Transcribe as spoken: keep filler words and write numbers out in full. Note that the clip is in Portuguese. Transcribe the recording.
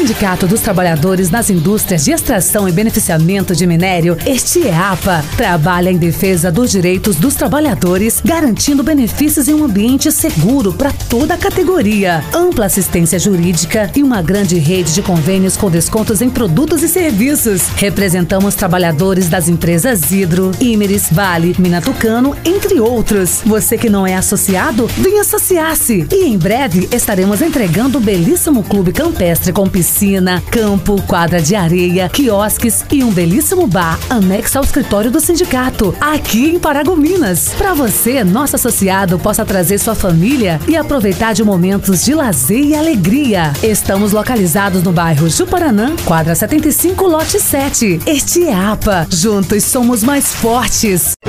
Sindicato dos Trabalhadores nas Indústrias de Extração e Beneficiamento de Minério, Estiapa, trabalha em defesa dos direitos dos trabalhadores, garantindo benefícios em um ambiente seguro para toda a categoria, ampla assistência jurídica e uma grande rede de convênios com descontos em produtos e serviços. Representamos trabalhadores das empresas Hidro, Imeris, Vale, Minatucano, entre outros. Você que não é associado, venha associar-se. E em breve estaremos entregando um belíssimo clube campestre com piscina, campo, quadra de areia, quiosques e um belíssimo bar anexo ao escritório do sindicato, aqui em Paragominas. Para você, nosso associado, possa trazer sua família e aproveitar de momentos de lazer e alegria. Estamos localizados no bairro Juparanã, quadra setenta e cinco, lote sete. Estiapa. Juntos somos mais fortes.